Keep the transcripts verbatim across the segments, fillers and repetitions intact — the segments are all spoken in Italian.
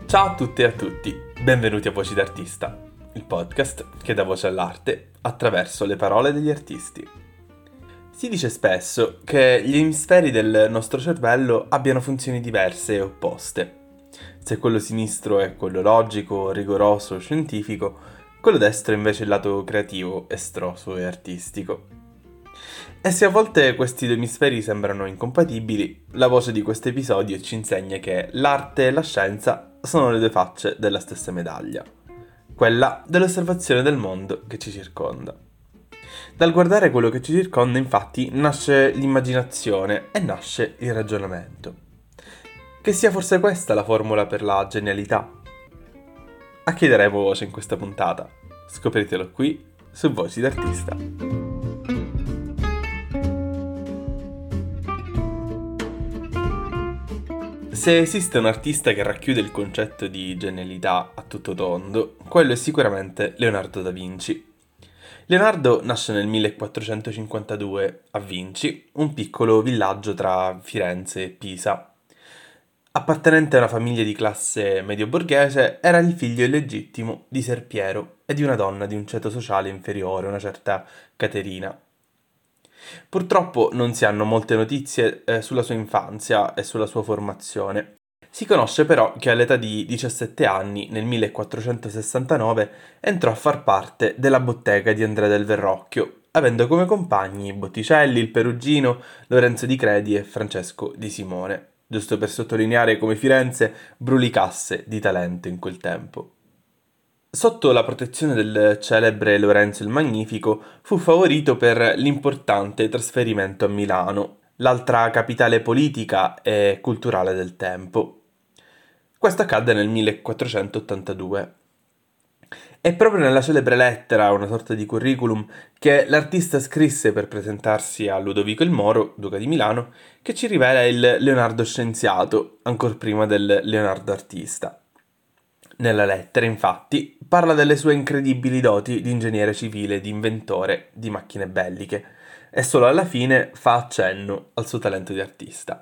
Ciao a tutte e a tutti, benvenuti a Voci d'Artista, il podcast che dà voce all'arte attraverso le parole degli artisti. Si dice spesso che gli emisferi del nostro cervello abbiano funzioni diverse e opposte. Se quello sinistro è quello logico, rigoroso, scientifico, quello destro è invece il lato creativo, estroso e artistico. E se a volte questi due emisferi sembrano incompatibili, la voce di questo episodio ci insegna che l'arte e la scienza sono le due facce della stessa medaglia, quella dell'osservazione del mondo che ci circonda. Dal guardare quello che ci circonda, infatti, nasce l'immaginazione e nasce il ragionamento. Che sia forse questa la formula per la genialità? A chi daremo voce in questa puntata? Scopritelo qui su Voci d'Artista. Se esiste un artista che racchiude il concetto di genialità a tutto tondo, quello è sicuramente Leonardo da Vinci. Leonardo nasce nel millequattrocentocinquantadue a Vinci, un piccolo villaggio tra Firenze e Pisa. Appartenente a una famiglia di classe medio-borghese, era il figlio illegittimo di Ser Piero e di una donna di un ceto sociale inferiore, una certa Caterina. Purtroppo non si hanno molte notizie eh, sulla sua infanzia e sulla sua formazione. Si conosce però che all'età di diciassette anni, nel millequattrocentosessantanove, entrò a far parte della bottega di Andrea del Verrocchio, avendo come compagni Botticelli, il Perugino, Lorenzo di Credi e Francesco di Simone, giusto per sottolineare come Firenze brulicasse di talento in quel tempo. Sotto la protezione del celebre Lorenzo il Magnifico, fu favorito per l'importante trasferimento a Milano, l'altra capitale politica e culturale del tempo. Questo accadde nel millequattrocentottantadue. È proprio nella celebre lettera, una sorta di curriculum, che l'artista scrisse per presentarsi a Ludovico il Moro, duca di Milano, che ci rivela il Leonardo scienziato, ancor prima del Leonardo artista. Nella lettera, infatti, parla delle sue incredibili doti di ingegnere civile e di inventore di macchine belliche, e solo alla fine fa accenno al suo talento di artista.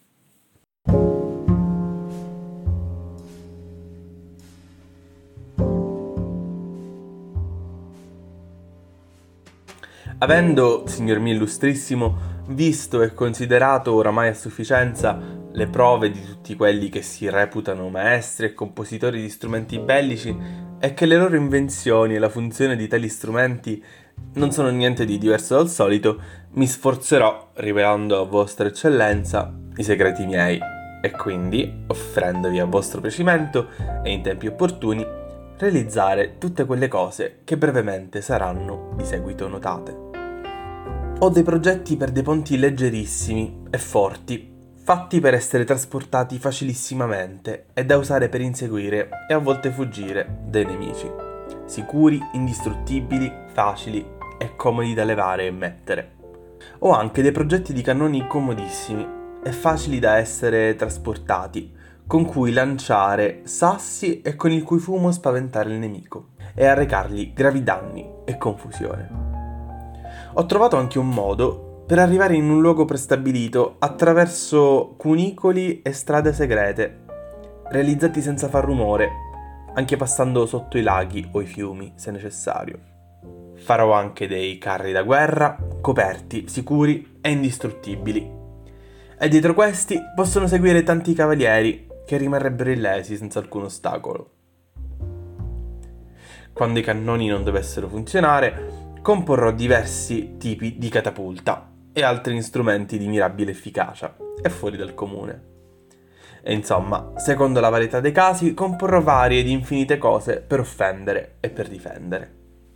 Avendo, signor mio illustrissimo, visto e considerato oramai a sufficienza le prove di tutti quelli che si reputano maestri e compositori di strumenti bellici e che le loro invenzioni e la funzione di tali strumenti non sono niente di diverso dal solito, mi sforzerò, rivelando a vostra eccellenza, i segreti miei e quindi, offrendovi a vostro piacimento e in tempi opportuni, realizzare tutte quelle cose che brevemente saranno di seguito notate. Ho dei progetti per dei ponti leggerissimi e forti, fatti per essere trasportati facilissimamente e da usare per inseguire e a volte fuggire dai nemici. Sicuri, indistruttibili, facili e comodi da levare e mettere. Ho anche dei progetti di cannoni comodissimi e facili da essere trasportati, con cui lanciare sassi e con il cui fumo spaventare il nemico e arrecargli gravi danni e confusione. Ho trovato anche un modo per arrivare in un luogo prestabilito attraverso cunicoli e strade segrete, realizzati senza far rumore, anche passando sotto i laghi o i fiumi, se necessario. Farò anche dei carri da guerra, coperti, sicuri e indistruttibili. E dietro questi possono seguire tanti cavalieri che rimarrebbero illesi senza alcun ostacolo. Quando i cannoni non dovessero funzionare, comporrò diversi tipi di catapulta e altri strumenti di mirabile efficacia e fuori dal comune. E insomma, secondo la varietà dei casi, comporrò varie ed infinite cose per offendere e per difendere.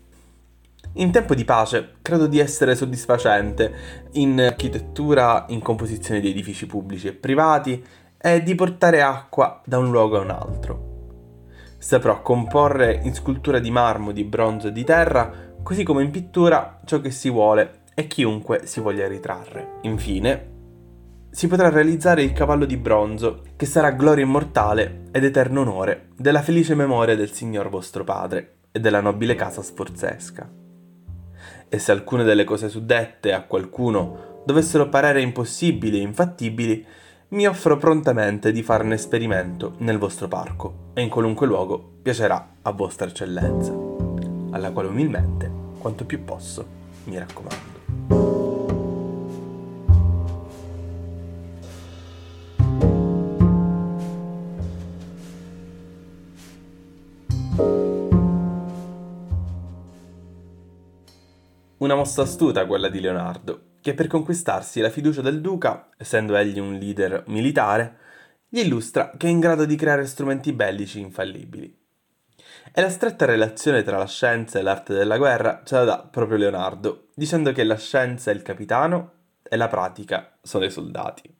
In tempo di pace credo di essere soddisfacente in architettura, in composizione di edifici pubblici e privati e di portare acqua da un luogo a un altro. Saprò comporre in scultura di marmo, di bronzo e di terra, così come in pittura, ciò che si vuole e chiunque si voglia ritrarre. Infine, si potrà realizzare il cavallo di bronzo, che sarà gloria immortale ed eterno onore della felice memoria del signor vostro padre e della nobile casa sforzesca. E se alcune delle cose suddette a qualcuno dovessero parere impossibili e infattibili, mi offro prontamente di farne esperimento nel vostro parco e in qualunque luogo piacerà a vostra eccellenza, alla quale umilmente, quanto più posso, mi raccomando. Una mossa astuta quella di Leonardo, che per conquistarsi la fiducia del duca, essendo egli un leader militare, gli illustra che è in grado di creare strumenti bellici infallibili. E la stretta relazione tra la scienza e l'arte della guerra ce la dà proprio Leonardo, dicendo che la scienza è il capitano e la pratica sono i soldati.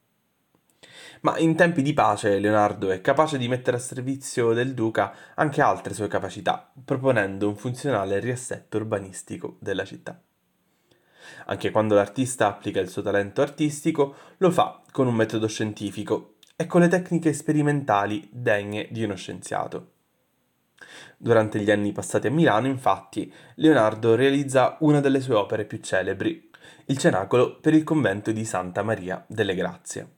Ma in tempi di pace Leonardo è capace di mettere a servizio del duca anche altre sue capacità, proponendo un funzionale riassetto urbanistico della città. Anche quando l'artista applica il suo talento artistico, lo fa con un metodo scientifico e con le tecniche sperimentali degne di uno scienziato. Durante gli anni passati a Milano, infatti, Leonardo realizza una delle sue opere più celebri, il cenacolo per il convento di Santa Maria delle Grazie.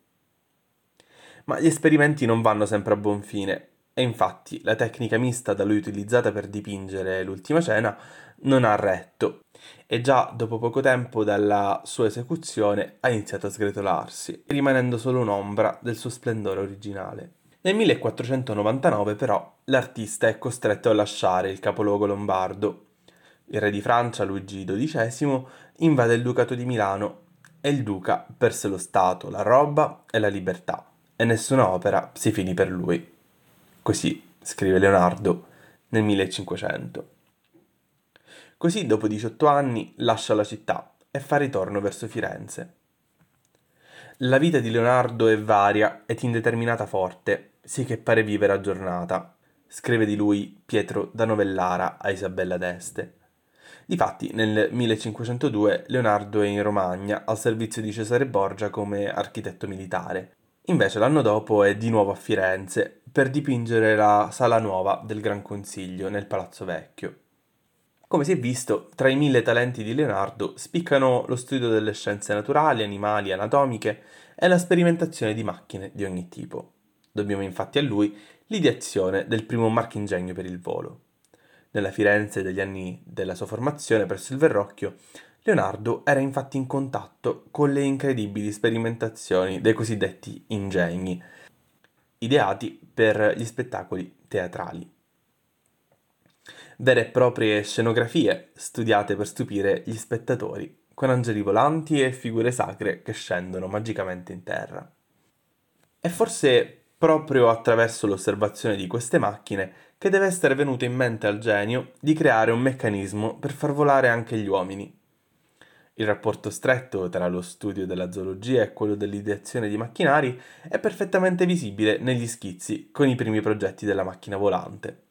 Ma gli esperimenti non vanno sempre a buon fine, e infatti la tecnica mista da lui utilizzata per dipingere l'Ultima Cena non ha retto, e già dopo poco tempo dalla sua esecuzione ha iniziato a sgretolarsi, rimanendo solo un'ombra del suo splendore originale. Nel millequattrocentonovantanove però l'artista è costretto a lasciare il capoluogo lombardo. Il re di Francia, Luigi dodicesimo, invade il ducato di Milano e il duca perse lo stato, la roba e la libertà, e nessuna opera si finì per lui. Così scrive Leonardo nel millecinquecento. Così dopo diciotto anni lascia la città e fa ritorno verso Firenze. La vita di Leonardo è varia ed indeterminata forte, sì che pare vivere a giornata, scrive di lui Pietro da Novellara a Isabella d'Este. Difatti, nel millecinquecentodue Leonardo è in Romagna al servizio di Cesare Borgia come architetto militare. Invece l'anno dopo è di nuovo a Firenze per dipingere la Sala Nuova del Gran Consiglio nel Palazzo Vecchio. Come si è visto, tra i mille talenti di Leonardo spiccano lo studio delle scienze naturali, animali, anatomiche e la sperimentazione di macchine di ogni tipo. Dobbiamo infatti a lui l'ideazione del primo marchingegno per il volo. Nella Firenze degli anni della sua formazione presso il Verrocchio, Leonardo era infatti in contatto con le incredibili sperimentazioni dei cosiddetti ingegni, ideati per gli spettacoli teatrali. Vere e proprie scenografie studiate per stupire gli spettatori, con angeli volanti e figure sacre che scendono magicamente in terra. È forse proprio attraverso l'osservazione di queste macchine che deve essere venuto in mente al genio di creare un meccanismo per far volare anche gli uomini. Il rapporto stretto tra lo studio della zoologia e quello dell'ideazione di macchinari è perfettamente visibile negli schizzi con i primi progetti della macchina volante.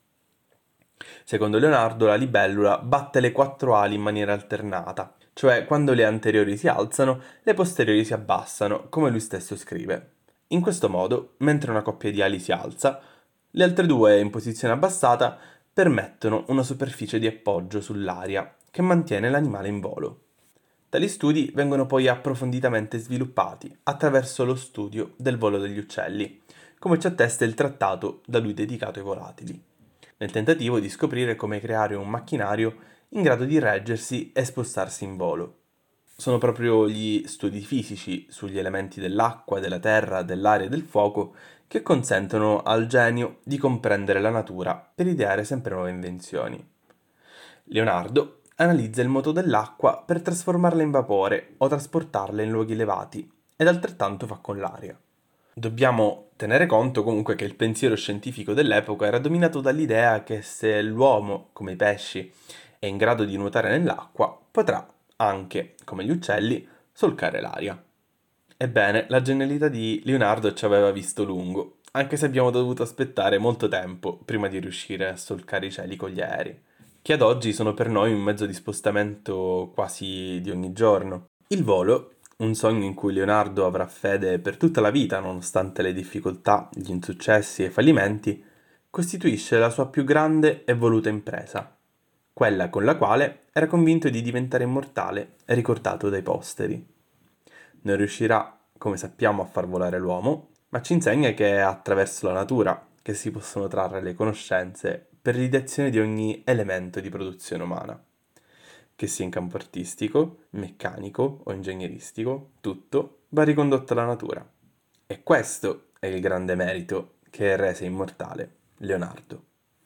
Secondo Leonardo, la libellula batte le quattro ali in maniera alternata, cioè quando le anteriori si alzano, le posteriori si abbassano, come lui stesso scrive. In questo modo, mentre una coppia di ali si alza, le altre due in posizione abbassata permettono una superficie di appoggio sull'aria che mantiene l'animale in volo. Tali studi vengono poi approfonditamente sviluppati attraverso lo studio del volo degli uccelli, come ci attesta il trattato da lui dedicato ai volatili, nel tentativo di scoprire come creare un macchinario in grado di reggersi e spostarsi in volo. Sono proprio gli studi fisici sugli elementi dell'acqua, della terra, dell'aria e del fuoco che consentono al genio di comprendere la natura per ideare sempre nuove invenzioni. Leonardo analizza il moto dell'acqua per trasformarla in vapore o trasportarla in luoghi elevati, ed altrettanto fa con l'aria. Dobbiamo tenere conto comunque che il pensiero scientifico dell'epoca era dominato dall'idea che se l'uomo, come i pesci, è in grado di nuotare nell'acqua, potrà anche, come gli uccelli, solcare l'aria. Ebbene, la genialità di Leonardo ci aveva visto lungo, anche se abbiamo dovuto aspettare molto tempo prima di riuscire a solcare i cieli con gli aerei, che ad oggi sono per noi un mezzo di spostamento quasi di ogni giorno. Il volo, un sogno in cui Leonardo avrà fede per tutta la vita, nonostante le difficoltà, gli insuccessi e i fallimenti, costituisce la sua più grande e voluta impresa, quella con la quale era convinto di diventare immortale e ricordato dai posteri. Non riuscirà come sappiamo, a far volare l'uomo, ma ci insegna che è attraverso la natura che si possono trarre le conoscenze per l'ideazione di ogni elemento di produzione umana. Che sia in campo artistico, meccanico o ingegneristico, tutto va ricondotto alla natura. E questo è il grande merito che rese immortale Leonardo.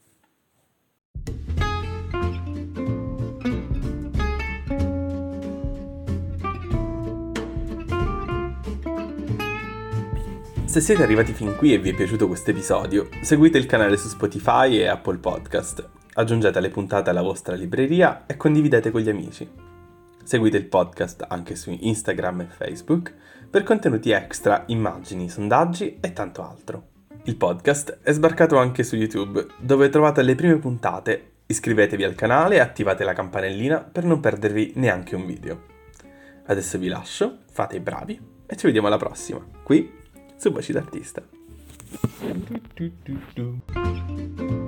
Se siete arrivati fin qui e vi è piaciuto questo episodio, seguite il canale su Spotify e Apple Podcast, aggiungete le puntate alla vostra libreria e condividete con gli amici. Seguite il podcast anche su Instagram e Facebook per contenuti extra, immagini, sondaggi e tanto altro. Il podcast è sbarcato anche su YouTube, dove trovate le prime puntate. Iscrivetevi al canale e attivate la campanellina per non perdervi neanche un video. Adesso vi lascio, fate i bravi e ci vediamo alla prossima, qui su Voci d'Artista.